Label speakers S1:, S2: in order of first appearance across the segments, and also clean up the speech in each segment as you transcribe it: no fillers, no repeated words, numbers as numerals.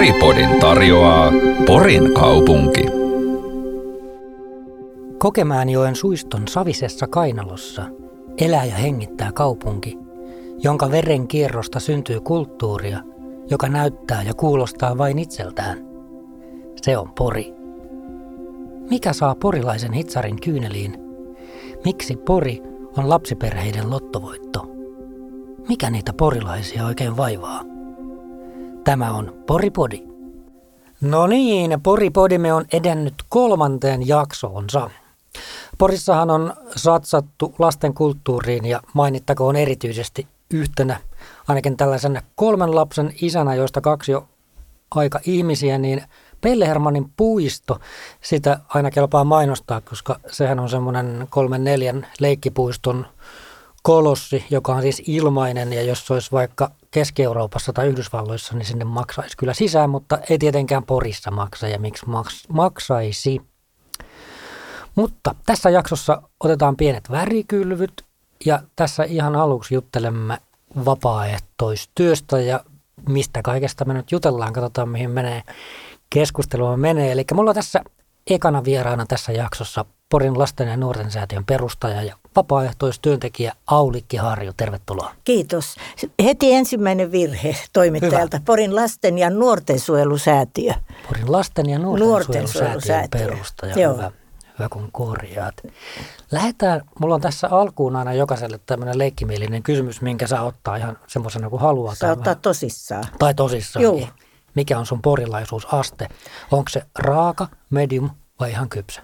S1: Poripodin tarjoaa Porin kaupunki.
S2: Kokemäenjoen suiston savisessa kainalossa elää ja hengittää kaupunki, jonka verenkierrosta syntyy kulttuuria, joka näyttää ja kuulostaa vain itseltään. Se on Pori. Mikä saa porilaisen hitsarin kyyneliin? Miksi Pori on lapsiperheiden lottovoitto? Mikä niitä porilaisia oikein vaivaa? Tämä on Poripodi. No niin, Poripodimme on edennyt 3. jaksoonsa. Porissahan on satsattu lasten kulttuuriin ja mainittakoon erityisesti yhtenä, ainakin tällaisen 3 lapsen isänä, joista 2 jo aika ihmisiä, niin Pellermanin puisto, sitä aina kelpaa mainostaa, koska sehän on semmoinen 3-4 leikkipuiston kolossi, joka on siis ilmainen, ja jos se olisi vaikka Keski-Euroopassa tai Yhdysvalloissa, niin sinne maksaisi kyllä sisään, mutta ei tietenkään Porissa maksa, ja miksi maksaisi. Mutta tässä jaksossa otetaan pienet värikylvyt, ja tässä ihan aluksi juttelemme vapaaehtoistyöstä, ja mistä kaikesta me nyt jutellaan, katsotaan mihin keskustelua menee. Eli mulla on tässä ekana vieraana tässä jaksossa Porin lasten ja nuorten säätiön perustaja ja vapaaehtoistyöntekijä Aulikki Harju. Tervetuloa.
S3: Kiitos. Heti ensimmäinen virhe toimittajalta. Hyvä. Porin lasten ja nuortensuojelusäätiö.
S2: Porin lasten ja nuortensuojelusäätiön perustaja. Joo. Hyvä kun korjaat. Lähdetään, mulla on tässä alkuun aina jokaiselle tämmöinen leikkimielinen kysymys, minkä saa ottaa ihan semmoisena kuin haluaa.
S3: Saa ottaa tosissaan.
S2: Tai tosissaan. Joo. Mikä on sun porilaisuusaste? Onko se raaka, medium vai ihan kypsä?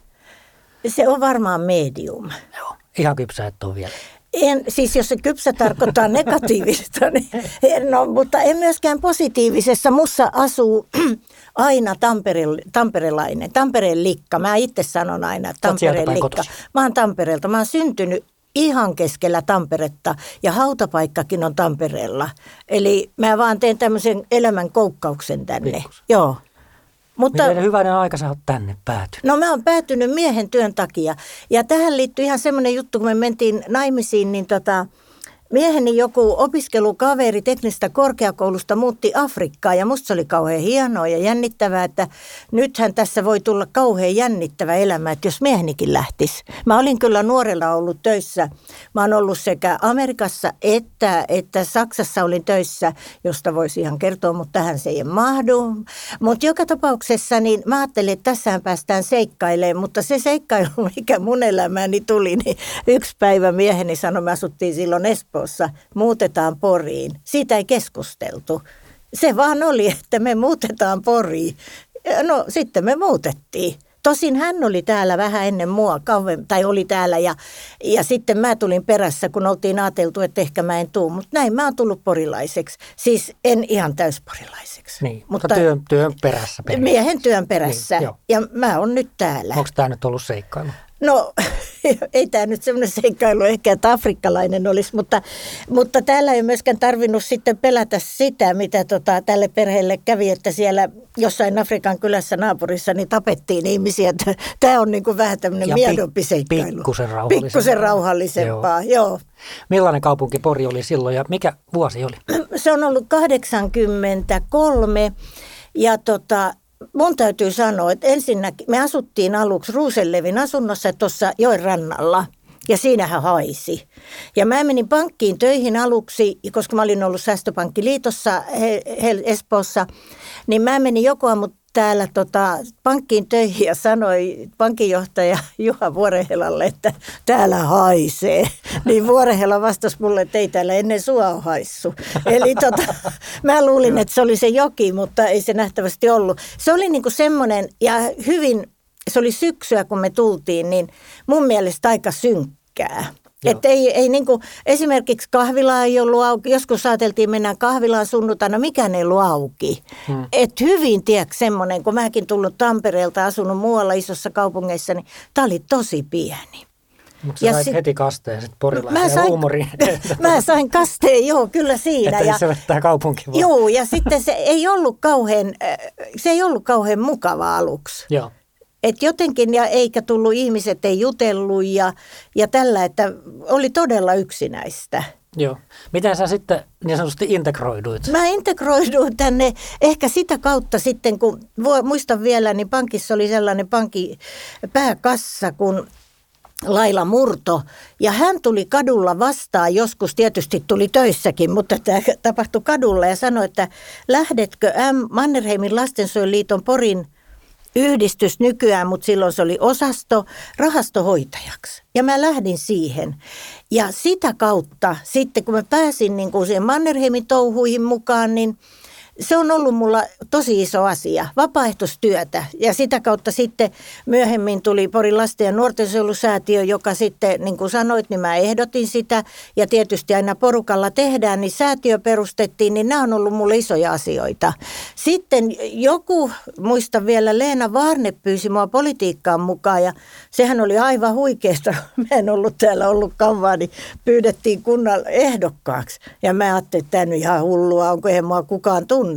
S3: Se on varmaan medium.
S2: Joo, ihan kypsä et ole vielä.
S3: Siis jos se kypsä tarkoittaa negatiivista, niin mutta en myöskään positiivisessa. Mussa asuu aina tamperelainen, Tampereen likka. Mä itse sanon aina Tampereen likka. Mä oon Tampereelta. Mä oon syntynyt ihan keskellä Tamperetta ja hautapaikkakin on Tampereella. Eli mä vaan teen tämmöisen elämän koukkauksen tänne. Pikkus. Joo.
S2: Mutta miten hyvänen aika sä oot tänne päätynyt?
S3: No mä oon päätynyt miehen työn takia. Ja tähän liittyy ihan semmoinen juttu, kun me mentiin naimisiin, niin mieheni joku opiskelukaveri teknisestä korkeakoulusta muutti Afrikkaan ja musta se oli kauhean hienoa ja jännittävää, että nythän tässä voi tulla kauhean jännittävä elämä, että jos miehenikin lähtisi. Mä olin kyllä nuorella ollut töissä. Mä oon ollut sekä Amerikassa että Saksassa olin töissä, josta voisi ihan kertoa, mutta tähän se ei mahdu. Mutta joka tapauksessa niin mä ajattelin, että tässähän päästään seikkailemaan, mutta se seikkailu, mikä mun elämääni tuli, niin yksi päivä mieheni sanoi, me asuttiin silloin Espoossa. Muutetaan Poriin. Siitä ei keskusteltu. Se vaan oli, että me muutetaan Poriin. No sitten me muutettiin. Tosin hän oli täällä vähän ennen mua, tai oli täällä ja sitten mä tulin perässä, kun oltiin ajateltu, että ehkä mä en tuu. Mutta näin mä oon tullut porilaiseksi. Siis en ihan täysporilaiseksi.
S2: Niin, mutta työn perässä.
S3: Miehen työn perässä. Niin, ja mä oon nyt täällä.
S2: Onko tämä nyt ollut seikkailu?
S3: No ei tämä nyt semmoinen seikkailu ehkä, että afrikkalainen olisi, mutta täällä ei myöskään tarvinnut sitten pelätä sitä, mitä tälle perheelle kävi, että siellä jossain Afrikan kylässä naapurissa niin tapettiin ihmisiä. Tämä on niin kuin vähän tämmöinen miedompi seikkailu. Pikkusen rauhallisempaa, joo.
S2: Millainen kaupunki Pori oli silloin ja mikä vuosi oli?
S3: Se on ollut 83 ja mun täytyy sanoa, että ensinnäkin me asuttiin aluksi Ruusellevin asunnossa tuossa joen rannalla ja siinähän haisi. Ja mä menin pankkiin töihin aluksi, koska mä olin ollut Säästöpankkiliitossa Espoossa, niin mä menin joku aamu täällä pankkiin töihin ja sanoi pankinjohtaja Juha Vuorehelalle, että täällä haisee. Niin Vuorehela vastasi mulle, että ei täällä ennen sua ole haissut. Eli mä luulin, että se oli se joki, mutta ei se nähtävästi ollut. Se oli niinku semmoinen ja se oli syksyä kun me tultiin, niin mun mielestä aika synkkää. Että ei niinku, esimerkiksi kahvila ei ollut auki. Joskus ajateltiin mennään kahvilaan sunnuntaina, mikään ei ollut auki. Että hyvin, tiedätkö, semmoinen, kun mäkin tullut Tampereelta, asunut muualla isossa kaupungeissa, niin tämä oli tosi pieni.
S2: Mutta sä sait heti kasteen sitten porilaisen huumoriin.
S3: Mä sain kasteen, joo, kyllä siinä.
S2: Että se vettää kaupunki vaan.
S3: Joo, ja sitten se ei ollut kauhean mukava aluksi.
S2: Joo.
S3: Että jotenkin, ja eikä tullut ihmiset, ei jutellut ja tällä, että oli todella yksinäistä.
S2: Joo. Miten sä sitten niin sanotusti integroiduit?
S3: Mä integroiduin tänne ehkä sitä kautta sitten, kun muistan vielä, niin pankissa oli sellainen pankin pääkassa kuin Laila Murto. Ja hän tuli kadulla vastaan, joskus tietysti tuli töissäkin, mutta tämä tapahtui kadulla ja sanoi, että lähdetkö Mannerheimin lastensuojeluliiton Porin yhdistys nykyään, mutta silloin se oli osasto, rahastohoitajaksi. Ja mä lähdin siihen. Ja sitä kautta sitten, kun mä pääsin niin kuin siihen Mannerheimin touhuihin mukaan, niin se on ollut mulla tosi iso asia, vapaaehtoistyötä. Ja sitä kautta sitten myöhemmin tuli Porin lasten- ja nuortensuojelusäätiö, joka sitten, niin kuin sanoit, niin mä ehdotin sitä. Ja tietysti aina porukalla tehdään, niin säätiö perustettiin, niin nämä on ollut mulle isoja asioita. Sitten joku, muistan vielä, Leena Vaarne pyysi mua politiikkaan mukaan ja sehän oli aivan huikeasta. Mä en ollut täällä ollut kauan, niin pyydettiin kunnan ehdokkaaksi. Ja mä ajattelin, että tämä nyt ihan hullua, onko eihän mua kukaan tunnekka.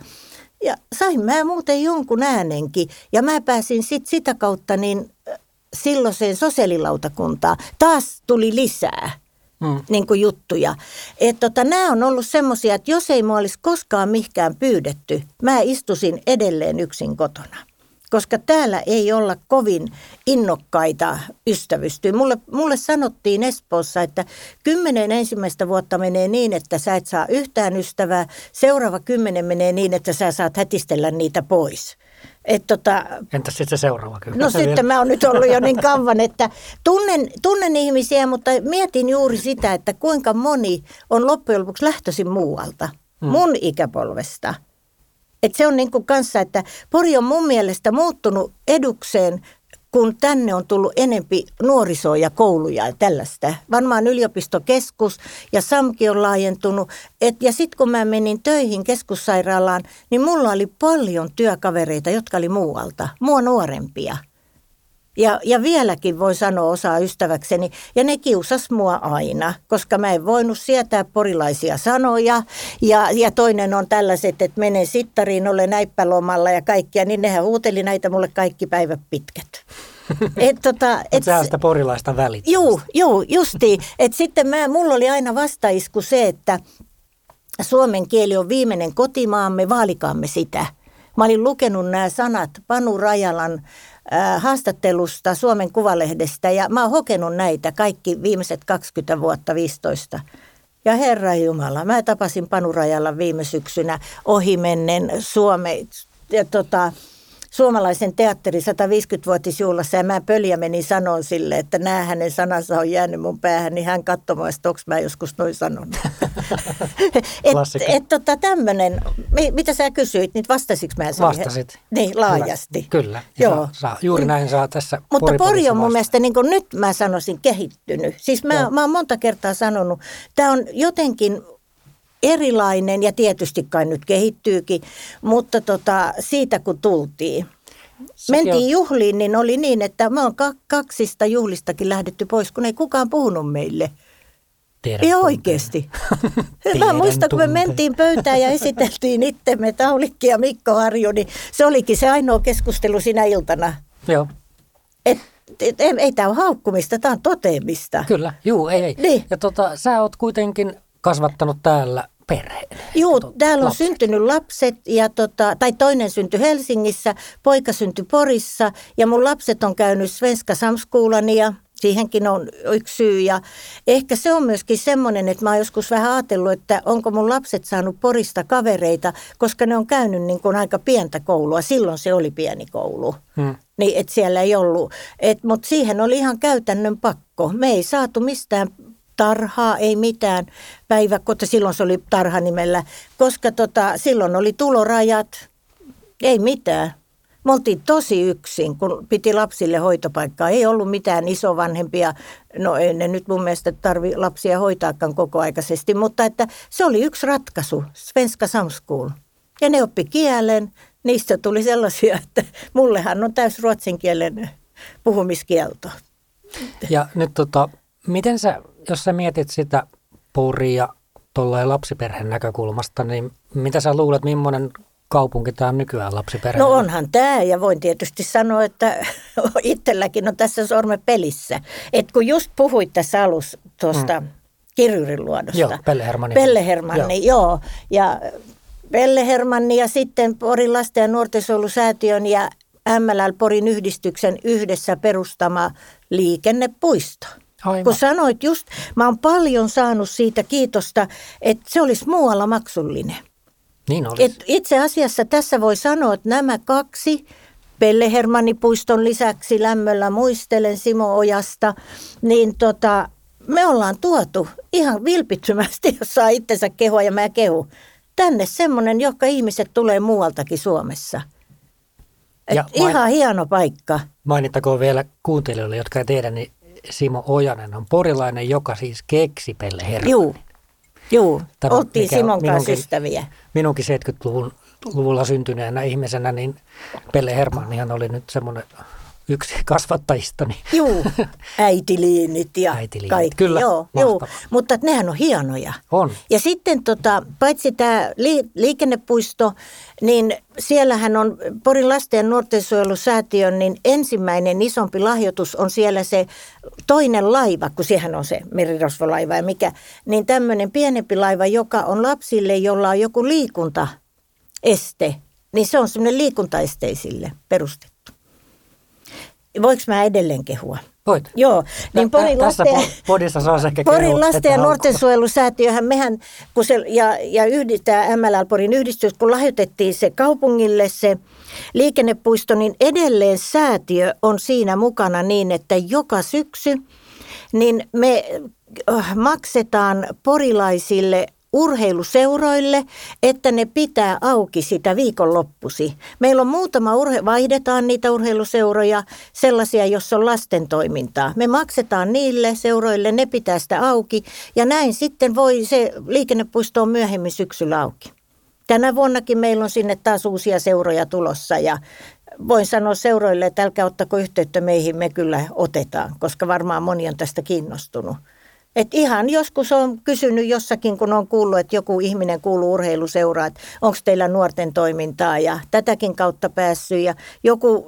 S3: Ja sain mä muuten jonkun äänenkin. Ja mä pääsin sitä kautta niin silloiseen sosiaalilautakuntaan. Taas tuli lisää niin kuin juttuja. Että nämä on ollut semmoisia, että jos ei mua olisi koskaan mihinkään pyydetty, mä istusin edelleen yksin kotona. Koska täällä ei olla kovin innokkaita ystävystyä. Mulle sanottiin Espoossa, että 10 ensimmäistä vuotta menee niin, että sä et saa yhtään ystävää. Seuraava 10 menee niin, että sä saat hätistellä niitä pois.
S2: Entäs sitten se seuraava 10?
S3: No sitten mä oon nyt ollut jo niin kauan, että tunnen ihmisiä, mutta mietin juuri sitä, että kuinka moni on loppujen lopuksi lähtöisin muualta, mun ikäpolvesta. Että se on niin kuin kanssa, että Pori on mun mielestä muuttunut edukseen, kun tänne on tullut enempi nuorisoa ja kouluja ja tällaista. Varmaan yliopistokeskus ja SAMkin on laajentunut. Ja sitten kun mä menin töihin keskussairaalaan, niin mulla oli paljon työkavereita, jotka oli muualta, mua nuorempia. Ja vieläkin voi sanoa osaa ystäväkseni, ja ne kiusas mua aina, koska mä en voinut sietää porilaisia sanoja. Ja toinen on tällaiset, että menen sittariin, olen näippälomalla ja kaikkia, niin nehän huuteli näitä mulle kaikki päivät pitkät.
S2: Sehän sitä porilaista välittää.
S3: Joo, justiin. Että sitten mulla oli aina vastaisku se, että suomen kieli on viimeinen kotimaamme, vaalikaamme sitä. Mä olin lukenut nämä sanat Panu Rajalan haastattelusta Suomen Kuvalehdestä ja mä oon hokenut näitä kaikki viimeiset 20 vuotta, 15. Ja Herra Jumala, mä tapasin Panu Rajalan viime syksynä ohimennen suomalaisen teatterin 150-vuotisjuhlassa ja mä pöljä menin sanoin sille, että nämä hänen sanansa on jäänyt mun päähän, niin hän katsoi mua, että onko mä joskus noin sanonut. Tämmöinen, mitä sä kysyit, niin vastasinko mä siihen?
S2: Vastasit.
S3: Niin, laajasti.
S2: Kyllä.
S3: Joo.
S2: Juuri näin saa tässä.
S3: Mutta Pori on mun mielestä, niin kuin nyt mä sanoisin, kehittynyt. Siis mä oon monta kertaa sanonut, tämä on jotenkin erilainen ja tietysti kai nyt kehittyykin, mutta siitä kun tultiin. Mentiin juhliin, niin oli niin, että me on kaksista juhlistakin lähdetty pois, kun ei kukaan puhunut meille. Ei oikeasti. Mä muistan, kun me mentiin pöytään ja esiteltiin itsemme, Taulikki ja Mikko Harju, niin se olikin se ainoa keskustelu sinä iltana.
S2: Joo.
S3: Ei tämä ole haukkumista, tämä on toteamista.
S2: Kyllä, ei. Niin. Ja sä oot kuitenkin kasvattanut täällä perheen.
S3: Joo, täällä on syntynyt lapset, tai toinen syntyi Helsingissä, poika syntyi Porissa ja mun lapset on käynyt Svenska Samskolan ja siihenkin on yksi syy. Ja ehkä se on myöskin semmoinen, että mä oon joskus vähän ajatellut, että onko mun lapset saanut Porista kavereita, koska ne on käynyt niin kuin aika pientä koulua. Silloin se oli pieni koulu, niin että siellä ei ollut. Mutta siihen oli ihan käytännön pakko. Me ei saatu mistään tarhaa, ei mitään päiväkoti, silloin se oli tarha nimellä, koska silloin oli tulorajat, ei mitään. Me oltiin tosi yksin, kun piti lapsille hoitopaikkaa. Ei ollut mitään isovanhempia, no ei ne nyt mun mielestä tarvitse lapsia hoitaakaan kokoaikaisesti, mutta että se oli yksi ratkaisu, Svenska Samskool. Ja ne oppi kielen, niistä tuli sellaisia, että mullehan on täys ruotsin kielen puhumiskielto.
S2: Ja nyt miten sä, jos sä mietit sitä Poria tuollain lapsiperheen näkökulmasta, niin mitä sä luulet, millainen kaupunki tämä on nykyään lapsiperheen?
S3: No onhan tämä, ja voin tietysti sanoa, että itselläkin on tässä sormen pelissä. Et kun just puhuit tässä alussa tuosta Kirjurin luodosta.
S2: Joo,
S3: Pelle Hermanni, joo. Ja Pelle Hermanni ja sitten Porin lasten ja nuortensuojelusäätiön ja MLL Porin yhdistyksen yhdessä perustama liikennepuisto.
S2: Aivan.
S3: Kun sanoit just, mä oon paljon saanut siitä kiitosta, että se olisi muualla maksullinen.
S2: Niin olisi.
S3: Itse asiassa tässä voi sanoa, että nämä kaksi, Pelle Hermanni-puiston lisäksi lämmöllä muistelen Simo Ojasta, niin me ollaan tuotu ihan vilpittömästi, jos saa itsensä kehua ja mä kehun, tänne semmoinen, joka ihmiset tulee muualtakin Suomessa. Ihan hieno paikka.
S2: Mainittakoon vielä kuuntelijoille, jotka ei tiedä, niin Simo Ojanen on porilainen, joka siis keksi Pelle Hermannin.
S3: Joo. Oltiin Simon kanssa ystäviä.
S2: Minunkin 70-luvulla syntyneenä ihmisenä, niin Pelle Hermannihan oli nyt semmoinen yksi kasvattajistani.
S3: Joo, äitiliinit ja kaikki.
S2: Kyllä,
S3: joo. Mutta nehän on hienoja.
S2: On.
S3: Ja sitten paitsi tämä liikennepuisto, niin siellähän on Porin lasten ja nuortensuojelusäätiön, niin ensimmäinen isompi lahjoitus on siellä se toinen laiva, kun sehän on se merirosvolaiva ja mikä, niin tämmöinen pienempi laiva, joka on lapsille, jolla on joku liikuntaeste, niin se on semmoinen liikuntaesteisille perustettu. Voinko mä edelleen kehua?
S2: Voit.
S3: Joo. Niin
S2: tässä podissa saa ehkä
S3: Porin lasten ja nuortensuojelusäätiöhän mehän, kun se, ja yhdistää MLL Porin yhdistys, kun lahjoitettiin se kaupungille se liikennepuisto, niin edelleen säätiö on siinä mukana niin, että joka syksy niin me maksetaan porilaisille urheiluseuroille, että ne pitää auki sitä viikonloppusi. Meillä on muutama, vaihdetaan niitä urheiluseuroja, sellaisia, jossa on lasten toimintaa. Me maksetaan niille seuroille, ne pitää sitä auki ja näin sitten voi se liikennepuisto on myöhemmin syksyllä auki. Tänä vuonnakin meillä on sinne taas uusia seuroja tulossa ja voin sanoa seuroille, että älkää ottako yhteyttä meihin, me kyllä otetaan, koska varmaan moni on tästä kiinnostunut. Että ihan joskus on kysynyt jossakin, kun on kuullut, että joku ihminen kuuluu urheiluseuraan, että onko teillä nuorten toimintaa ja tätäkin kautta päässyt. Ja joku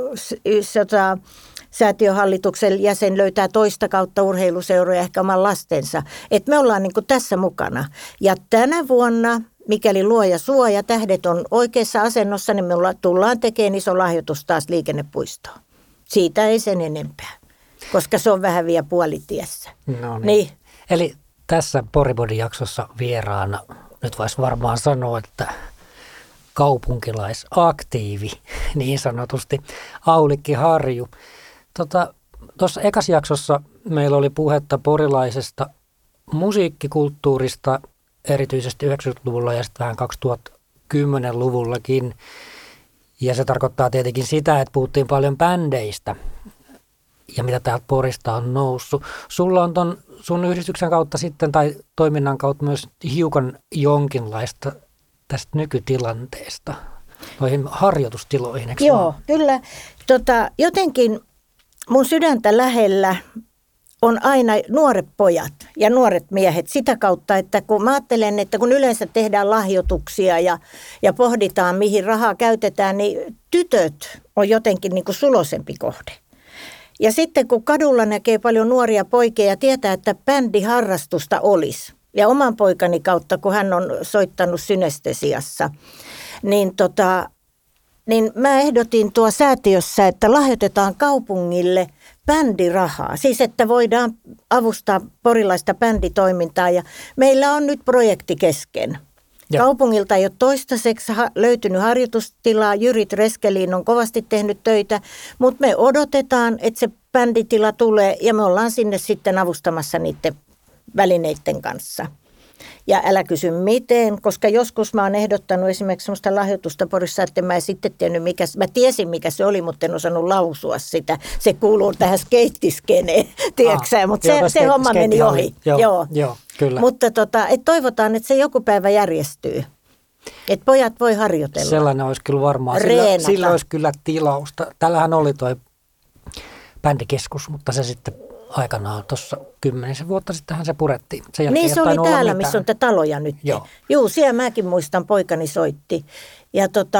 S3: säätiöhallituksen jäsen löytää toista kautta urheiluseuroja ehkä oman lastensa. Että me ollaan niin kuin tässä mukana. Ja tänä vuonna, mikäli luoja suoja, tähdet on oikeassa asennossa, niin me tullaan tekemään iso lahjoitus taas liikennepuistoon. Siitä ei sen enempää. Koska se on vähän vielä puolitiessä.
S2: No niin. Eli tässä Poribodin jaksossa vieraana, nyt voisi varmaan sanoa, että kaupunkilaisaktiivi, niin sanotusti, Aulikki Harju. Tuossa ekassa jaksossa meillä oli puhetta porilaisesta musiikkikulttuurista, erityisesti 90-luvulla ja sitten vähän 2010-luvullakin. Ja se tarkoittaa tietenkin sitä, että puhuttiin paljon bändeistä ja mitä täältä Porista on noussut. Sulla on ton sun yhdistyksen kautta sitten tai toiminnan kautta myös hiukan jonkinlaista tästä nykytilanteesta noihin harjoitustiloihin, eikö
S3: Joo, kyllä. Jotenkin mun sydäntä lähellä on aina nuoret pojat ja nuoret miehet sitä kautta, että kun mä ajattelen, että kun yleensä tehdään lahjoituksia ja pohditaan, mihin rahaa käytetään, niin tytöt on jotenkin niin kuin suloisempi kohde. Ja sitten kun kadulla näkee paljon nuoria poikia ja tietää, että bändiharrastusta olisi, ja oman poikani kautta, kun hän on soittanut synestesiassa, niin mä ehdotin tuo säätiössä, että lahjoitetaan kaupungille bändirahaa. Siis että voidaan avustaa porilaista bänditoimintaa ja meillä on nyt projekti kesken. Ja. Kaupungilta ei ole toistaiseksi löytynyt harjoitustilaa. Jyri Treskelin on kovasti tehnyt töitä, mutta me odotetaan, että se bänditila tulee ja me ollaan sinne sitten avustamassa niiden välineiden kanssa. Ja älä kysy miten, koska joskus mä oon ehdottanut esimerkiksi sellaista lahjoitusta Porissa, että mä en sitten tiennyt mä tiesin mikä se oli, mutta en osannut lausua sitä. Se kuuluu tähän skeittiskeneen, tiedätkö mutta se homma meni ohi.
S2: Joo, kyllä.
S3: Mutta et toivotaan, että se joku päivä järjestyy. Että pojat voi harjoitella.
S2: Sellainen olisi kyllä varmaan, sillä olisi kyllä tilausta. Tällähän oli toi bändikeskus, mutta se sitten aikanaan tuossa 10 vuotta sittenhän se purettiin.
S3: Niin se oli täällä, missä on taloja nyt. Joo, siellä mäkin muistan, poikani soitti. Ja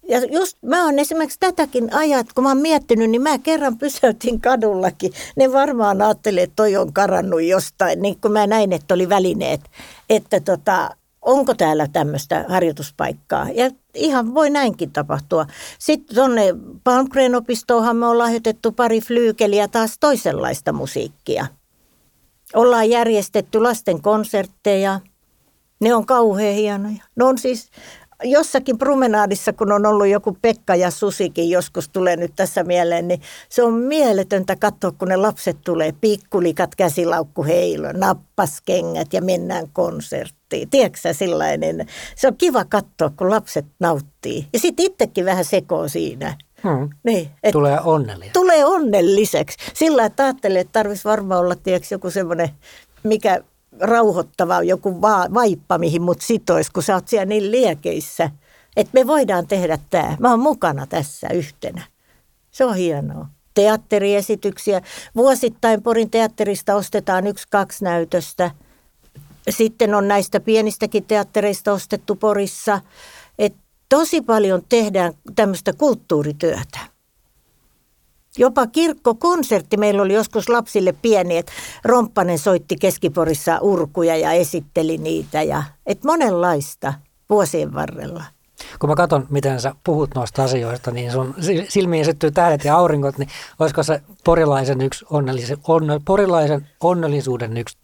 S3: Ja just mä oon esimerkiksi tätäkin ajat, kun mä oon miettinyt, niin mä kerran pysäytin kadullakin. Ne varmaan ajattelee, että toi on karannut jostain, niin kun mä näin, että oli välineet, että onko täällä tämmöistä harjoituspaikkaa. Ja ihan voi näinkin tapahtua. Sitten tuonne Palmgren-opistoonhan me on lahjoitettu pari flyykeliä taas toisenlaista musiikkia. Ollaan järjestetty lasten konsertteja. Ne on kauhean hienoja. Ne on siis jossakin promenaadissa, kun on ollut joku Pekka ja Susikin, joskus tulee nyt tässä mieleen, niin se on mieletöntä katsoa, kun ne lapset tulee, pikkulikat, käsilaukku heilo, nappaskengät ja mennään konserttiin. Tiedätkö sä sillainen? Se on kiva katsoa, kun lapset nauttii. Ja sitten itsekin vähän sekoo siinä. Niin,
S2: tulee onnelliseksi.
S3: Tulee onnelliseksi. Sillä että ajattelee, että tarvitsisi varmaan olla joku semmoinen, mikä rauhoittava, joku vaippa, mihin mut sitoisi, kun sä oot siellä niin liekeissä. Että me voidaan tehdä tämä. Mä oon mukana tässä yhtenä. Se on hienoa. Teatteriesityksiä. Vuosittain Porin teatterista ostetaan 1-2 näytöstä. Sitten on näistä pienistäkin teattereista ostettu Porissa. Et tosi paljon tehdään tämmöistä kulttuurityötä. Jopa kirkkokonsertti meillä oli joskus lapsille pieni, että Romppanen soitti Keski-Porissa urkuja ja esitteli niitä. Et monenlaista vuosien varrella.
S2: Kun mä katson, miten sä puhut noista asioista, niin sun silmiin syttyy tähdet ja auringot, niin olisiko se porilaisen onnellisuuden yksi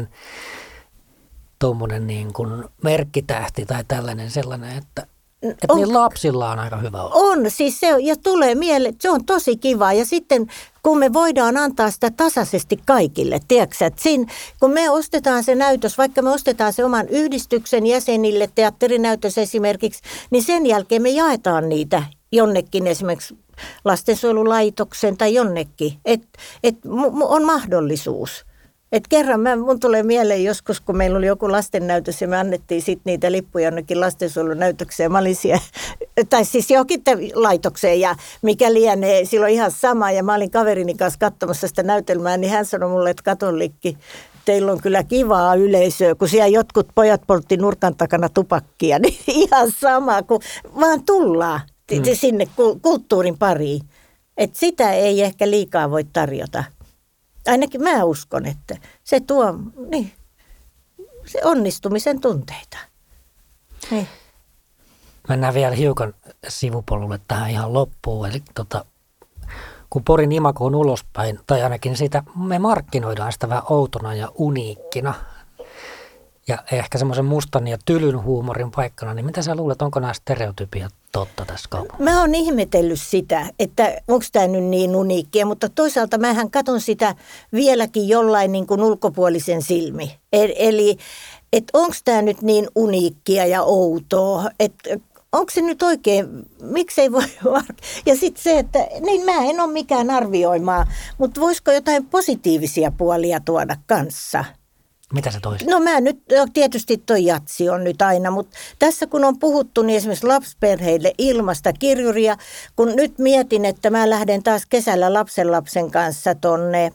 S2: tommonen niin kuin merkkitähti tai tällainen sellainen, että niin lapsilla on aika hyvä olla.
S3: On, siis ja tulee mieleen, se on tosi kiva. Ja sitten kun me voidaan antaa sitä tasaisesti kaikille, tiedätkö, että kun me ostetaan se näytös, vaikka me ostetaan se oman yhdistyksen jäsenille, teatterinäytös esimerkiksi, niin sen jälkeen me jaetaan niitä jonnekin esimerkiksi lastensuojelulaitoksen tai jonnekin, että on mahdollisuus. Et kerran mun tulee mieleen joskus, kun meillä oli joku lastennäytös ja me annettiin sitten niitä lippuja jonnekin lastensuojelunäytökseen. Mä olin siellä, tai siis johonkin laitokseen ja mikä lienee, silloin ihan sama. Ja mä olin kaverini kanssa katsomassa sitä näytelmää, niin hän sanoi mulle, että Katolikki, teillä on kyllä kivaa yleisöä, kun siellä jotkut pojat poltti nurkan takana tupakkia. Niin ihan sama, kun vaan tullaan sinne kulttuurin pariin. Että sitä ei ehkä liikaa voi tarjota. Ainakin mä uskon, että se tuo se onnistumisen tunteita. Niin.
S2: Mennään vielä hiukan sivupolulle tähän ihan loppuun. Eli kun Porin imago on ulospäin, tai ainakin sitä me markkinoidaan sitä vähän outona ja uniikkina. Ja ehkä semmoisen mustan ja tylyn huumorin paikkana, niin mitä sä luulet, onko nämä stereotypiat totta tässä kaupungissa? Mä
S3: oon ihmetellyt sitä, että onko tämä nyt niin uniikkia, mutta toisaalta mähän katson sitä vieläkin jollain niin kuin ulkopuolisen silmi. Eli että onko tämä nyt niin uniikkia ja outoa, että onko se nyt oikein, miksei voi ja sitten se, että niin mä en ole mikään arvioimaan, mutta voisiko jotain positiivisia puolia tuoda kanssa?
S2: Mitä se toisi?
S3: No tietysti toi jatsi on nyt aina, mutta tässä kun on puhuttu niin esimerkiksi lapsiperheille ilmasta kirjuria, kun nyt mietin, että mä lähden taas kesällä lapsen kanssa tonne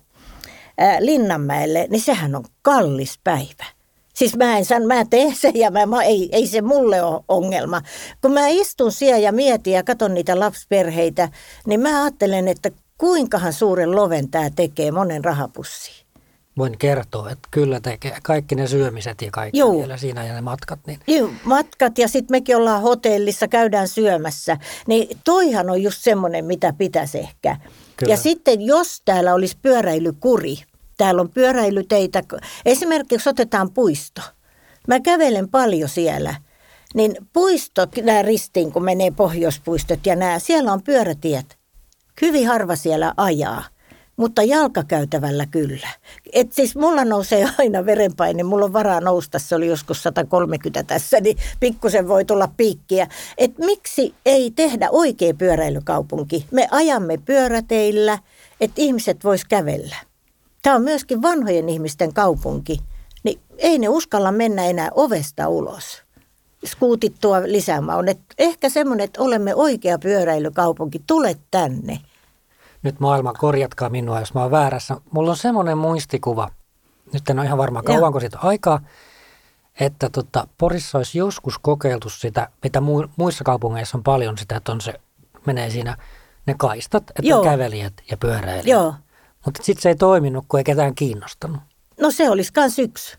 S3: Linnanmäelle, niin sehän on kallis päivä. Siis mä teen sen ja ei se mulle ole ongelma. Kun mä istun siellä ja mietin ja katson niitä lapsiperheitä, niin mä ajattelen, että kuinkahan suuren loven tämä tekee monen rahapussiin.
S2: Voin kertoa, että kyllä tekee kaikki ne syömiset ja kaikki vielä siinä ja ne matkat. Niin.
S3: Joo, matkat ja sitten mekin ollaan hotellissa, käydään syömässä. Niin toihan on just semmoinen, mitä pitäisi ehkä. Kyllä. Ja sitten jos täällä olisi pyöräilykuri, täällä on pyöräilyteitä, esimerkiksi otetaan puisto. Mä kävelen paljon siellä, niin puistot, nämä ristiin kun menee pohjoispuistot ja siellä on pyörätiet. Hyvin harva siellä ajaa. Mutta jalkakäytävällä kyllä. Et siis mulla nousee aina verenpaine, mulla on varaa nousta, se oli joskus 130 tässä, niin pikkusen voi tulla piikkiä. Et miksi ei tehdä oikea pyöräilykaupunki? Me ajamme pyöräteillä, että ihmiset vois kävellä. Tämä on myöskin vanhojen ihmisten kaupunki, niin ei ne uskalla mennä enää ovesta ulos. Skuutit tuo lisämaun. Ehkä semmoinen, että olemme oikea pyöräilykaupunki, tule tänne.
S2: Nyt maailma, korjatkaa minua, jos mä oon väärässä. Mulla on semmoinen muistikuva, nyt en ole ihan varma kauanko siitä aikaa, että Porissa olisi joskus kokeiltu sitä, mitä muissa kaupungeissa on paljon sitä, että menee siinä ne kaistat, että on kävelijät ja pyöräilijät.
S3: Joo.
S2: Mutta sitten se ei toiminut, kun ei ketään kiinnostanut.
S3: No se olisi kans yksi.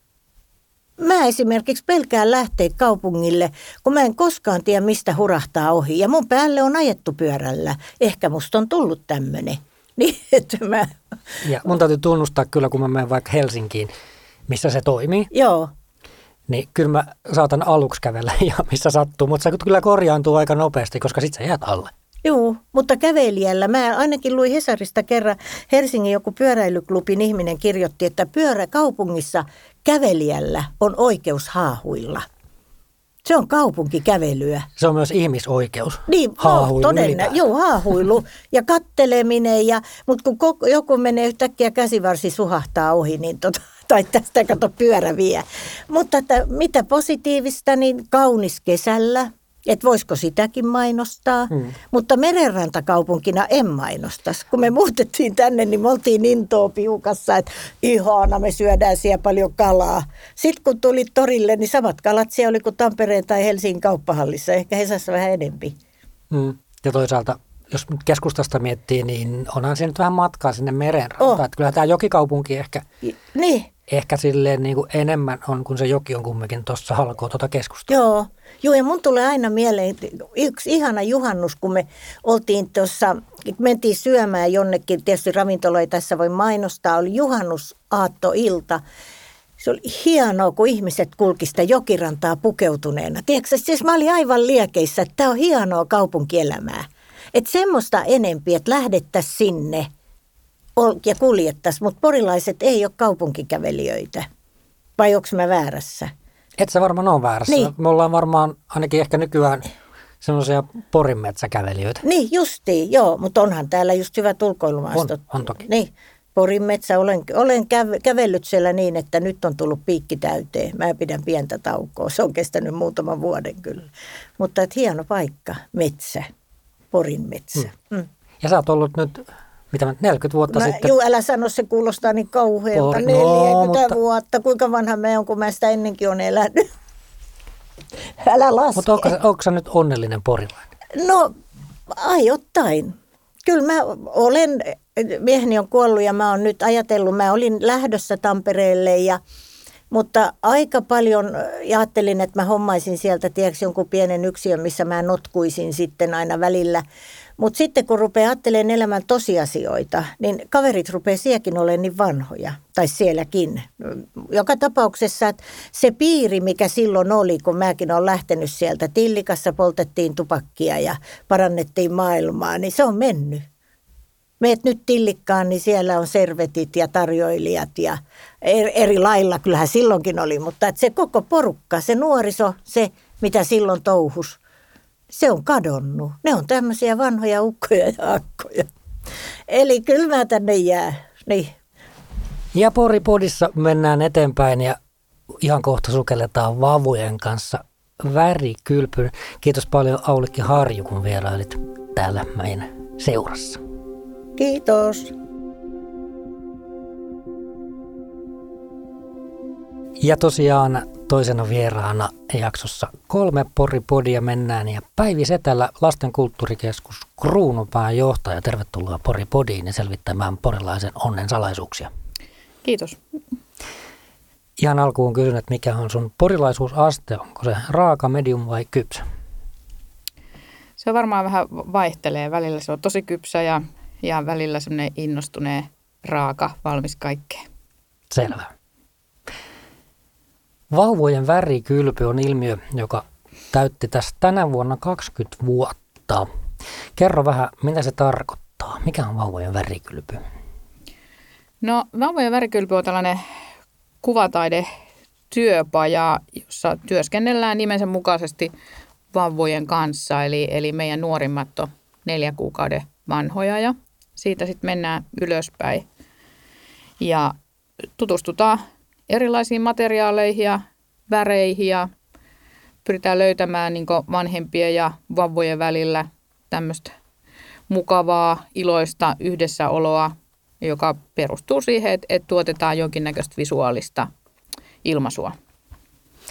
S3: Mä esimerkiksi pelkään lähteä kaupungille, kun mä en koskaan tiedä, mistä hurahtaa ohi. Ja mun päälle on ajettu pyörällä. Ehkä musta on tullut tämmönen. Niin, että mä...
S2: Ja mun täytyy tunnustaa kyllä, kun mä menen vaikka Helsinkiin, missä se toimii.
S3: Joo.
S2: Niin kyllä mä saatan aluksi kävellä ja missä sattuu, mutta se kyllä korjaantuu aika nopeasti, koska sit sä jäät alle.
S3: Joo, mutta kävelijällä, mä ainakin luin Hesarista kerran, Helsingin joku pyöräilyklubin ihminen kirjoitti, että pyöräkaupungissa kävelijällä on oikeus haahuilla. Se on kaupunkikävelyä.
S2: Se on myös ihmisoikeus.
S3: Niin,
S2: haahuilu
S3: haahuilu ja katteleminen, mutta kun joku menee yhtäkkiä käsivarsi suhahtaa ohi, niin tai tästä kato pyörä vie. Mutta että mitä positiivista, niin kaunis kesällä. Että voisiko sitäkin mainostaa, mutta merenrantakaupunkina en mainostaisi. Kun me muutettiin tänne, niin me oltiin intoa piukassa, että ihana, me syödään siellä paljon kalaa. Sitten kun tuli torille, niin samat kalat siellä oli kuin Tampereen tai Helsingin kauppahallissa, ehkä Hesassa vähän enempi.
S2: Ja toisaalta, jos nyt keskustasta miettii, niin onhan se nyt vähän matkaa sinne merenrantaan. Kyllä tämä jokikaupunki ehkä silleen niin kuin enemmän on, kun se joki on kumminkin tuossa halkoo keskustaa.
S3: Joo, ja mun tulee aina mieleen yksi ihana juhannus, kun me oltiin tuossa, mentiin syömään jonnekin, tietysti ravintoloja tässä voi mainostaa, oli juhannusaattoilta. Se oli hienoa, kun ihmiset kulki sitä jokirantaa pukeutuneena. Tiedätkö, siis mä olin aivan liekeissä, että tämä on hienoa kaupunkielämää. Että semmoista enempi, että lähdettäisiin sinne ja kuljettaisiin, mutta porilaiset ei ole kaupunkikävelijöitä. Vai onko mä väärässä?
S2: Et sä varmaan ole väärässä. Niin. Me ollaan varmaan ainakin ehkä nykyään semmoisia porinmetsäkävelijöitä.
S3: Niin, justiin, joo, mutta onhan täällä just hyvät ulkoilumaastot.
S2: On toki.
S3: Niin, Porinmetsä, olen kävellyt siellä niin, että nyt on tullut piikki täyteen. Mä pidän pientä taukoa, se on kestänyt muutaman vuoden kyllä. Mutta et hieno paikka, metsä, Porinmetsä.
S2: Ja sä oot ollut nyt... Mitä 40 vuotta sitten?
S3: Juu, älä sano, se kuulostaa niin kauhealta. 40 vuotta. Kuinka vanha mä oon, kun mä sitä ennenkin on elänyt. Älä laske.
S2: Mutta onko sä nyt onnellinen porilainen?
S3: No, ajoittain. Kyllä mä olen, mieheni on kuollut ja mä oon nyt ajatellut, mä olin lähdössä Tampereelle mutta aika paljon ajattelin, että mä hommaisin sieltä, tiedätkö, jonkun pienen yksiön, missä mä notkuisin sitten aina välillä. Mutta sitten kun rupeaa ajattelemaan elämän tosiasioita, niin kaverit rupeaa sielläkin olemaan niin vanhoja, tai sielläkin. Joka tapauksessa, että se piiri, mikä silloin oli, kun mäkin olen lähtenyt sieltä, Tillikassa poltettiin tupakkia ja parannettiin maailmaa, niin se on mennyt. Meet nyt Tillikkaan, niin siellä on servetit ja tarjoilijat ja eri lailla, kyllähän silloinkin oli, mutta että se koko porukka, se nuoriso, se mitä silloin touhus, se on kadonnut. Ne on tämmöisiä vanhoja ukkoja ja akkoja. Eli kyllä mä tänne jää. Niin.
S2: Ja Poripodissa mennään eteenpäin ja ihan kohta sukelletaan vauvojen kanssa värikylpyyn. Kiitos paljon Aulikki Harju, kun vierailit täällä meidän seurassa.
S3: Kiitos.
S2: Ja tosiaan toisena vieraana jaksossa 3 Poripodia mennään ja Päivi Setälä, Lasten kulttuurikeskus Kruunupään johtaja. Tervetuloa Poripodiin ja selvittämään porilaisen onnen salaisuuksia.
S4: Kiitos.
S2: Ihan alkuun kysyn, että mikä on sun porilaisuusaste? Onko se raaka, medium vai kypsä?
S4: Se varmaan vähän vaihtelee. Välillä se on tosi kypsä ja välillä semmoinen innostuneen raaka, valmis kaikkeen.
S2: Selvä. Vauvojen värikylpy on ilmiö, joka täytti tässä tänä vuonna 20 vuotta. Kerro vähän, mitä se tarkoittaa. Mikä on vauvojen värikylpy?
S4: No, vauvojen värikylpy on tällainen kuvataidetyöpaja, jossa työskennellään nimensä mukaisesti vauvojen kanssa. Eli meidän nuorimmat on 4 kuukauden vanhoja ja siitä sitten mennään ylöspäin. Ja tutustutaan erilaisiin materiaaleihin ja väreihin ja pyritään löytämään niin kuin vanhempien ja vauvojen välillä tämmöistä mukavaa, iloista yhdessäoloa, joka perustuu siihen, että tuotetaan jonkinnäköistä visuaalista ilmaisua.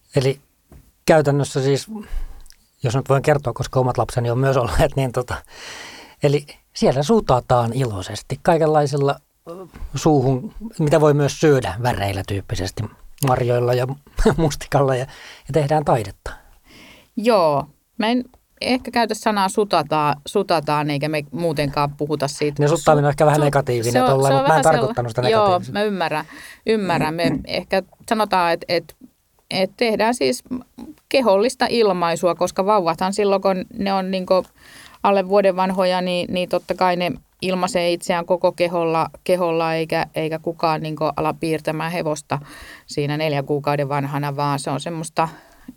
S2: Eli käytännössä siis, jos nyt voin kertoa, koska omat lapseni on myös olleet, niin eli siellä sutataan iloisesti kaikenlaisilla suuhun, mitä voi myös syödä väreillä tyyppisesti, marjoilla ja mustikalla ja tehdään taidetta.
S4: Joo, mä en ehkä käytä sanaa sutataan, eikä me muutenkaan puhuta siitä.
S2: Ne suttaminen on ehkä vähän negatiivinen, mutta mä en tarkoittanut sitä negatiivisesti.
S4: Joo, mä ymmärrän. Me ehkä sanotaan, että tehdään siis kehollista ilmaisua, koska vauvathan silloin, kun ne on niin kuin alle vuoden vanhoja, niin totta kai ne ilmaisee itseään koko keholla eikä kukaan niin kuin ala piirtämään hevosta siinä 4 kuukauden vanhana, vaan se on semmoista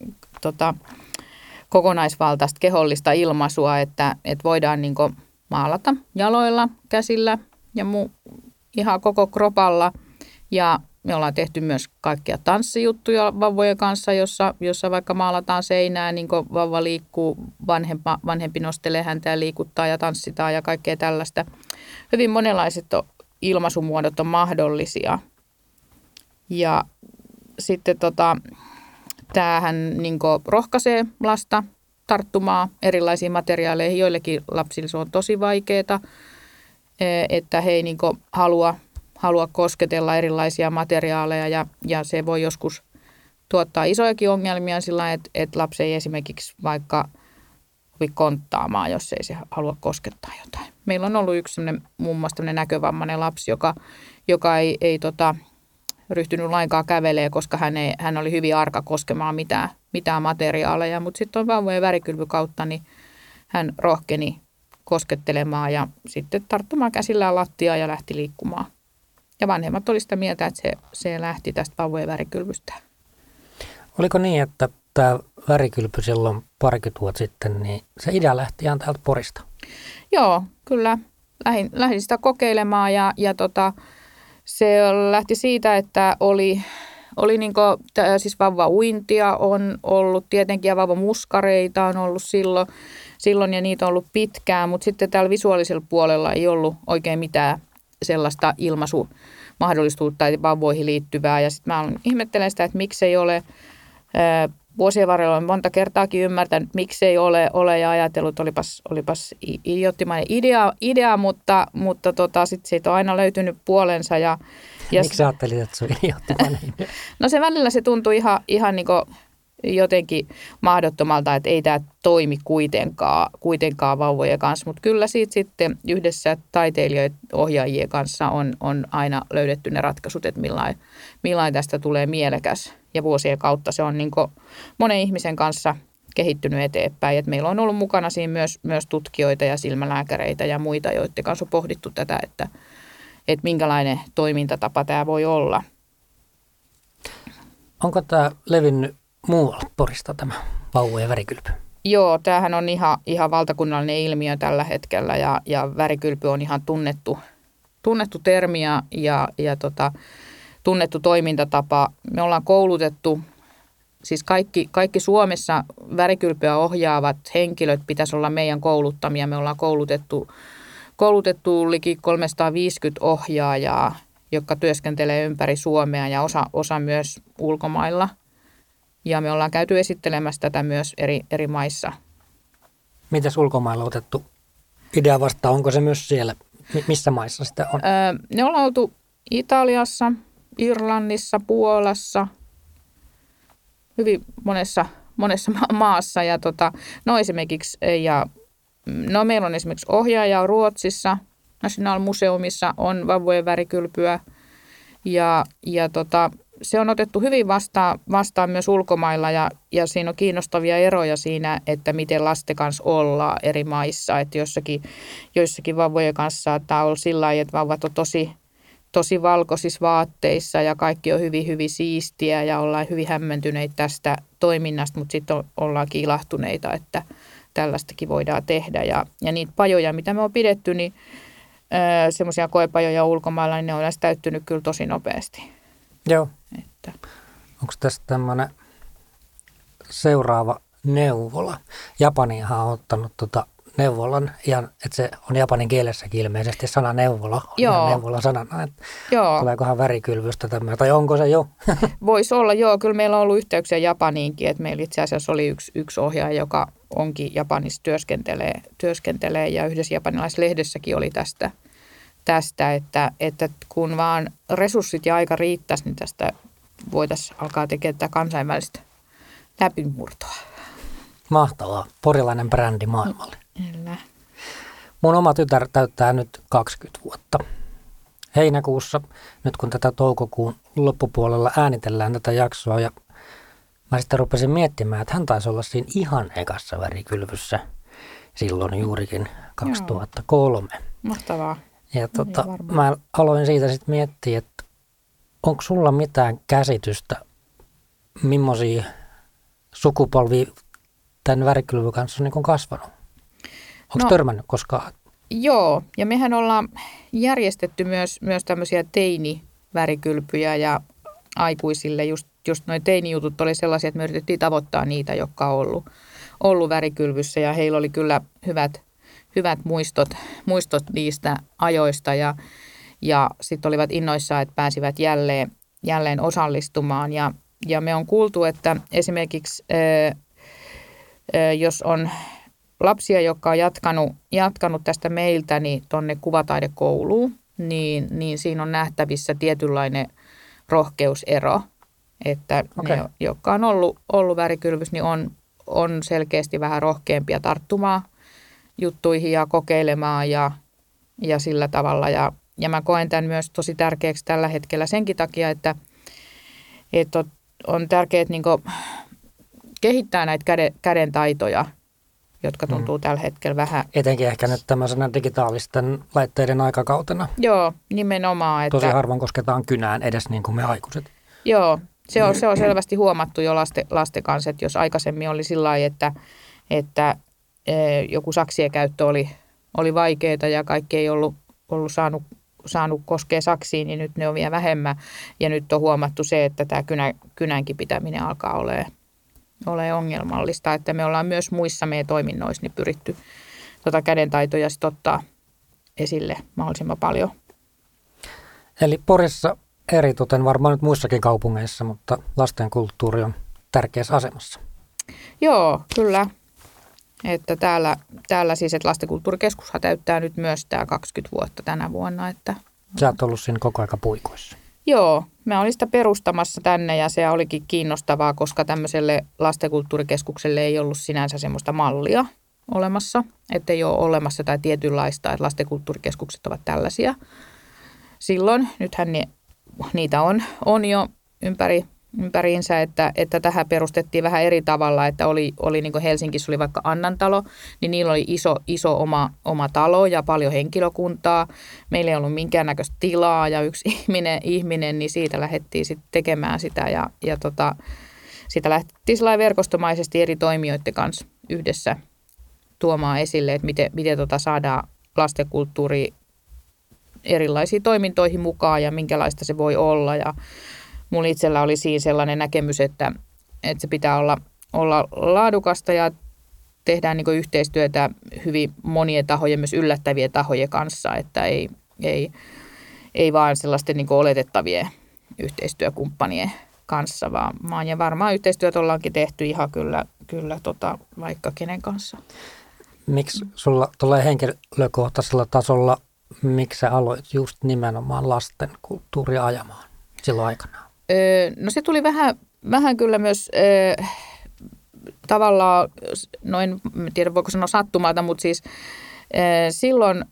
S4: kokonaisvaltaista kehollista ilmaisua, että voidaan niin kuin maalata jaloilla, käsillä ja ihan koko kropalla. Ja me ollaan tehty myös kaikkia tanssijuttuja vauvojen kanssa, jossa vaikka maalataan seinää, niin kuin vauva liikkuu, vanhempi nostelee häntä ja liikuttaa ja tanssitaan ja kaikkea tällaista. Hyvin monenlaiset ilmaisumuodot on mahdollisia. Ja sitten tämähän niin kuin rohkaisee lasta tarttumaan erilaisiin materiaaleihin. Joillekin lapsille se on tosi vaikeaa, että he ei niin kuin halua kosketella erilaisia materiaaleja ja se voi joskus tuottaa isojakin ongelmia sillä, että lapsi ei esimerkiksi vaikka opi konttaamaan, jos ei se halua koskettaa jotain. Meillä on ollut yksi muun muassa tämmöinen näkövammainen lapsi, joka ei ryhtynyt lainkaan kävelemään, koska hän oli hyvin arka koskemaan mitään materiaaleja, mutta sitten on vauvojen värikylpy kautta, niin hän rohkeni koskettelemaan ja sitten tarttumaan käsillään lattiaa ja lähti liikkumaan. Ja vanhemmat oli sitä mieltä, että se lähti tästä vauvojen värikylpystä.
S2: Oliko niin, että tämä värikylpy silloin parikymmentä vuotta sitten, niin se idea lähti ihan täältä Porista? Joo,
S4: kyllä. Lähdin sitä kokeilemaan ja se lähti siitä, että oli siis vauva-uintia on ollut tietenkin ja vauva-muskareita on ollut silloin ja niitä on ollut pitkään, mutta sitten täällä visuaalisella puolella ei ollut oikein mitään sellaista ilmaisumahdollisuutta vauvoihin liittyvää. Ja sitten mä ihmettelen sitä, että miksei ole. Vuosien varrella olen monta kertaakin ymmärtänyt, että miksei ole ja ajatellut, olipas idioottimainen idea mutta sitten siitä on aina löytynyt puolensa.
S2: Miksi ajattelit, että se on idioottimainen idea?
S4: No se välillä se tuntui ihan niin kuin jotenkin mahdottomalta, että ei tämä toimi kuitenkaan vauvojen kanssa, mutta kyllä siitä sitten yhdessä taiteilijoiden ohjaajien kanssa on aina löydetty ne ratkaisut, että millain tästä tulee mielekäs ja vuosien kautta se on niin kuin monen ihmisen kanssa kehittynyt eteenpäin. Et meillä on ollut mukana siinä myös tutkijoita ja silmälääkäreitä ja muita, joiden kanssa on pohdittu tätä, että minkälainen toimintatapa tämä voi olla.
S2: Onko tämä levinnyt muualla Porista tämä vauvojen värikylpy?
S4: Joo, tämähän on ihan valtakunnallinen ilmiö tällä hetkellä ja värikylpy on ihan tunnettu termi ja tunnettu toimintatapa. Me ollaan koulutettu, siis kaikki Suomessa värikylpyä ohjaavat henkilöt pitäisi olla meidän kouluttamia. Me ollaan koulutettu liki 350 ohjaajaa, jotka työskentelee ympäri Suomea ja osa myös ulkomailla. Ja me ollaan käyty esittelemässä tätä myös eri maissa.
S2: Mitäs ulkomailla otettu idea vastaan? Onko se myös siellä? Missä maissa sitä on?
S4: Ne ollaan oltu Italiassa, Irlannissa, Puolassa, hyvin monessa maassa. Ja esimerkiksi, meillä on esimerkiksi ohjaaja Ruotsissa, Nationalmuseumissa on vauvojen värikylpyä ja se on otettu hyvin vastaan myös ulkomailla ja siinä on kiinnostavia eroja siinä, että miten lasten kanssa ollaan eri maissa. Että joissakin vauvojen kanssa saattaa olla sillä lailla, että vauvat on tosi valkoisissa vaatteissa ja kaikki on hyvin, hyvin siistiä ja ollaan hyvin hämmentyneitä tästä toiminnasta, mutta sitten ollaankin ilahtuneita, että tällaistakin voidaan tehdä. Ja niitä pajoja, mitä me on pidetty, niin semmoisia koepajoja ulkomailla, niin ne on täyttynyt kyllä tosi nopeasti.
S2: Joo. Onko tässä tämmöinen seuraava neuvola? Japanihan on ottanut neuvolan, että se on japanin kielessäkin ilmeisesti sana neuvola, on ihan neuvola sanana, että tuleekohan värikylvystä tämä, tai onko se jo?
S4: Voisi olla, joo, kyllä meillä on ollut yhteyksiä Japaniinkin, että meillä itse asiassa oli yksi ohjaaja, joka onkin Japanissa työskentelee ja yhdessä japanilaislehdessäkin oli tästä että kun vaan resurssit ja aika riittäisi, niin tästä voitaisiin alkaa tekemään tätä kansainvälistä läpimurtoa.
S2: Mahtavaa. Porilainen brändi maailmalle.
S4: Kyllä.
S2: Mun oma tytär täyttää nyt 20 vuotta. Heinäkuussa, nyt kun tätä toukokuun loppupuolella äänitellään tätä jaksoa, ja mä sitten rupesin miettimään, että hän taisi olla siinä ihan ekassa värikylvyssä silloin juurikin 2003.
S4: Mahtavaa.
S2: Ja mä aloin siitä sitten miettiä, että onko sulla mitään käsitystä, millaisia sukupolvia tämän värikylvyn kanssa on niin kuin kasvanut? Onko törmännyt koskaan?
S4: Joo, ja mehän ollaan järjestetty myös tämmöisiä teinivärikylpyjä ja aikuisille just noi teinijutut oli sellaisia, että me yritettiin tavoittaa niitä, jotka on ollut värikylvyssä ja heillä oli kyllä hyvät muistot niistä ajoista ja sitten olivat innoissaan, että pääsivät jälleen osallistumaan ja me on kuultu, että esimerkiksi jos on lapsia, jotka on jatkanut tästä meiltä niin tuonne kuvataidekouluun, niin siinä on nähtävissä tietynlainen rohkeusero, että ne, jotka on ollut värikylvys, niin on selkeästi vähän rohkeampia tarttumaan juttuihin ja kokeilemaan ja sillä tavalla. Ja mä koen tämän myös tosi tärkeäksi tällä hetkellä senkin takia, että on tärkeää niin kuin kehittää näitä käden taitoja, jotka tuntuu tällä hetkellä vähän. Etenkin
S2: ehkä nyt tämmöisenä digitaalisten laitteiden aikakautena.
S4: Joo, nimenomaan.
S2: Tosi harvoin kosketaan kynään edes niin kuin me aikuiset.
S4: Joo, se on selvästi huomattu jo lasten kanssa, että jos aikaisemmin oli sillä lailla, että joku saksien käyttö oli vaikeaa ja kaikki ei ollut saanut koskea saksiin, niin nyt ne on vielä vähemmän. Ja nyt on huomattu se, että tämä kynänkin pitäminen alkaa ole ongelmallista, että me ollaan myös muissa meidän toiminnoissa niin pyritty kädentaitoja sitten ottaa esille mahdollisimman paljon.
S2: Eli Porissa eritoten varmaan nyt muissakin kaupungeissa, mutta lastenkulttuuri on tärkeässä asemassa.
S4: Joo, kyllä. Että täällä siis, että lastenkulttuurikeskushan täyttää nyt myös tämä 20 vuotta tänä vuonna. Että
S2: sä oot ollut siinä koko aika puikoissa.
S4: Joo, mä olin sitä perustamassa tänne ja se olikin kiinnostavaa, koska tämmöiselle lastenkulttuurikeskukselle ei ollut sinänsä semmoista mallia olemassa. Että ei ole olemassa tai tietynlaista, että lastenkulttuurikeskukset ovat tällaisia. Silloin, nythän niitä on jo ympäriinsä, että tähän perustettiin vähän eri tavalla, että oli niin kuin Helsingissä oli vaikka Annantalo, niin niillä oli iso oma talo ja paljon henkilökuntaa. Meillä ei ollut minkäännäköistä tilaa ja yksi ihminen niin siitä lähdettiin sitten tekemään sitä ja sitä lähdettiin verkostomaisesti eri toimijoiden kanssa yhdessä tuomaan esille, että miten saadaan lastenkulttuuri erilaisiin toimintoihin mukaan ja minkälaista se voi olla ja mulla itsellä oli siinä sellainen näkemys, että se pitää olla laadukasta ja tehdään niin kuin yhteistyötä hyvin monien tahojen, myös yllättävien tahojen kanssa, että ei vaan sellaisten niin kuin oletettavien yhteistyökumppanien kanssa, vaan ja varmaan yhteistyötä ollaankin tehty ihan kyllä vaikka kenen kanssa.
S2: Miksi sulla tulee henkilökohtaisella tasolla, miksi sä aloit just nimenomaan lasten kulttuuria ajamaan silloin aikanaan?
S4: No se tuli vähän kyllä myös tavallaan, en tiedä voiko sanoa sattumalta, mutta siis silloin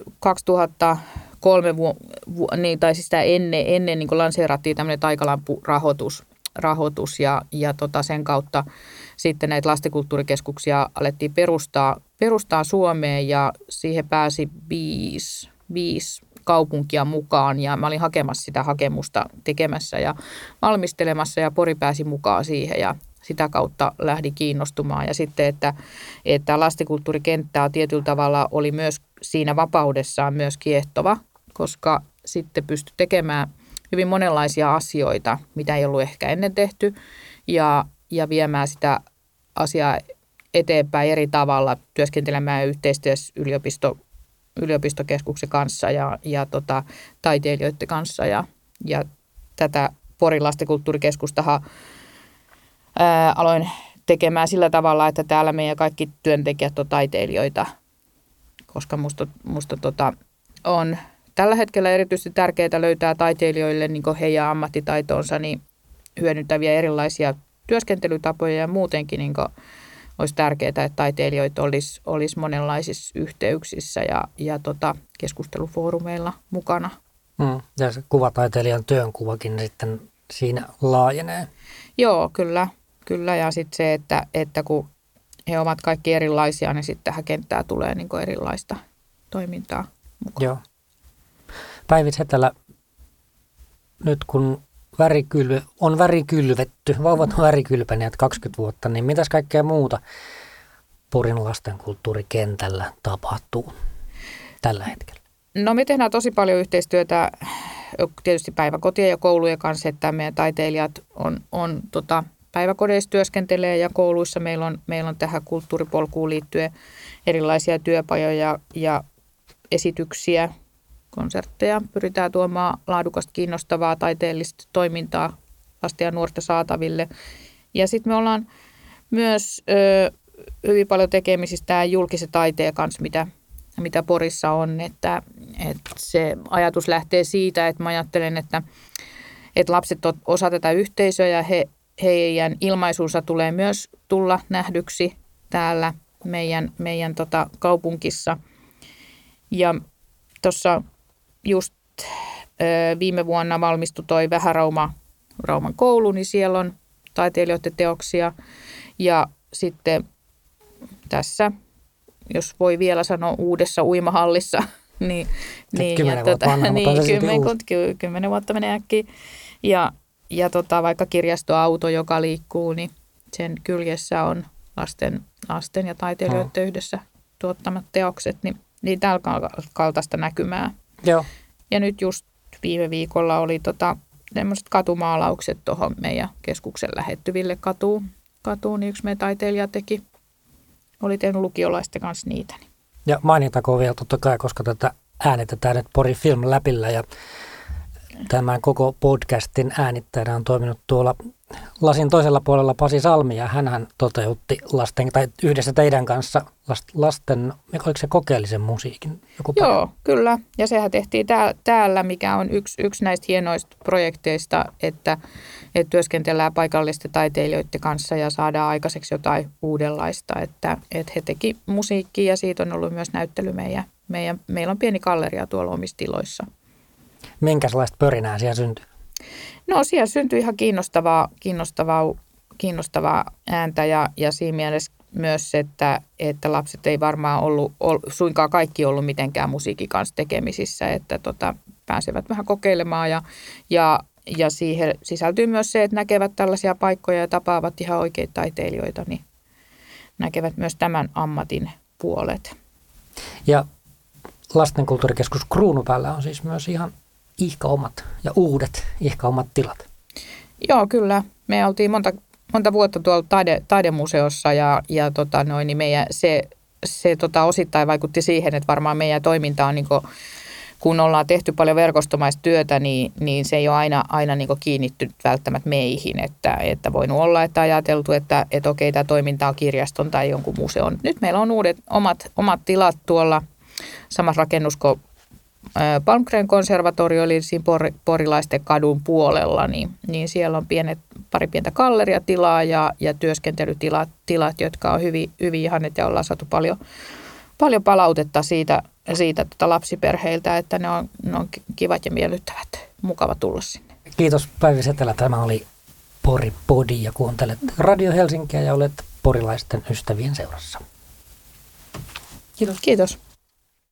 S4: 2003 tai siis sitä ennen niin lanseerattiin tämmöinen Taikalampu-rahoitus ja sen kautta sitten näitä lastenkulttuurikeskuksia alettiin perustaa Suomeen ja siihen pääsi viisi kaupunkia mukaan ja mä olin hakemassa sitä hakemusta tekemässä ja valmistelemassa ja Pori pääsi mukaan siihen ja sitä kautta lähdin kiinnostumaan. Ja sitten, että lastenkulttuurikenttä tietyllä tavalla oli myös siinä vapaudessaan myös kiehtova, koska sitten pystyi tekemään hyvin monenlaisia asioita, mitä ei ollut ehkä ennen tehty ja viemään sitä asiaa eteenpäin eri tavalla työskentelemään yhteistyössä yliopistokeskuksen kanssa ja taiteilijoiden kanssa. Ja tätä Porin lastenkulttuurikeskustahan aloin tekemään sillä tavalla, että täällä meidän kaikki työntekijät on taiteilijoita, koska musta on tällä hetkellä erityisesti tärkeää löytää taiteilijoille niin heidän ammattitaitonsa niin hyödyntäviä erilaisia työskentelytapoja ja muutenkin niin olisi tärkeää, että taiteilijoita olisi monenlaisissa yhteyksissä ja keskustelufoorumeilla mukana.
S2: Ja se kuvataiteilijan työnkuvakin sitten siinä laajenee.
S4: Joo, kyllä. Ja sitten se, että kun he ovat kaikki erilaisia, niin sitten tähän kenttään tulee niin erilaista toimintaa mukaan.
S2: Joo. Päivi Setälä, nyt kun on värikylvetty, vauvat on värikylpäneet 20 vuotta, niin mitäs kaikkea muuta Porin lastenkulttuurikentällä tapahtuu tällä hetkellä?
S4: No me tehdään tosi paljon yhteistyötä tietysti päiväkotien ja koulujen kanssa, että meidän taiteilijat on päiväkodeissa työskentelee ja kouluissa meillä on tähän kulttuuripolkuun liittyen erilaisia työpajoja ja esityksiä, konsertteja. Pyritään tuomaan laadukasta, kiinnostavaa taiteellista toimintaa lasten ja nuorten saataville. Ja sitten me ollaan myös hyvin paljon tekemisissä tämän julkisen taiteen kanssa, mitä Porissa on. Että se ajatus lähtee siitä, että mä ajattelen, että lapset on osa tätä yhteisöä ja heidän ilmaisuunsa tulee myös tulla nähdyksi täällä meidän kaupunkissa. Ja tuossa just viime vuonna valmistui toi Vähärauman koulu, niin siellä on taiteilijoiden teoksia. Ja sitten tässä, jos voi vielä sanoa uudessa uimahallissa, niin 10 vuotta menee äkkiä. Ja vaikka kirjastoauto, joka liikkuu, niin sen kyljessä on lasten ja taiteilijoiden yhdessä tuottamat teokset, niin tällä kaltaista näkymää.
S2: Joo.
S4: Ja nyt just viime viikolla oli tämmöiset katumaalaukset tuohon meidän keskuksen lähettyville katuun, niin yksi meidän taiteilija oli tehnyt lukiolaisten kanssa niitä.
S2: Ja mainitakoon vielä totta kai, koska tätä äänitetään nyt Porin Film Läpillä ja tämän koko podcastin äänittäjänä on toiminut tuolla lasin toisella puolella Pasi Salmi ja hänhän toteutti yhdessä teidän kanssa lasten, oliko se kokeellisen musiikin?
S4: Joo, kyllä. Ja sehän tehtiin täällä, mikä on yksi näistä hienoista projekteista, että työskentellään paikallisten taiteilijoiden kanssa ja saadaan aikaiseksi jotain uudenlaista. Että he teki musiikkia ja siitä on ollut myös näyttely meillä on pieni galleria tuolla omissa tiloissa.
S2: Minkälaista pörinää siellä syntyi?
S4: No siellä syntyi ihan kiinnostavaa ääntä ja siinä mielessä myös, että lapset ei varmaan suinkaan kaikki ollut mitenkään musiikin kanssa tekemisissä, että pääsevät vähän kokeilemaan ja siihen sisältyy myös se, että näkevät tällaisia paikkoja ja tapaavat ihan oikeita taiteilijoita, niin näkevät myös tämän ammatin puolet. Ja
S2: Lastenkulttuurikeskus Kruunupäällä on siis myös ihan ihkaomat ja uudet ihkaomat tilat.
S4: Joo, kyllä. Me oltiin monta vuotta tuolla taidemuseossa ja niin meidän se osittain vaikutti siihen, että varmaan meidän toiminta on kun ollaan tehty paljon verkostomaista työtä, niin se ei ole aina kiinnittynyt välttämättä meihin, että voinut olla, että ajateltu, että okei, tämä toiminta on kirjaston tai jonkun museon. Nyt meillä on uudet omat tilat tuolla samassa rakennus kuin Palmgren konservatorio, eli siinä Porilaisten kadun puolella, niin siellä on pari pientä galleriatilaa ja työskentelytilat, jotka on hyvin ihanet ja ollaan saatu paljon palautetta siitä lapsiperheiltä, että ne on kivat ja miellyttävät, mukava tulla sinne.
S2: Kiitos Päivi Setelä. Tämä oli Pori Podi ja kuuntelet Radio Helsinkiä ja olet porilaisten ystävien seurassa.
S4: Kiitos.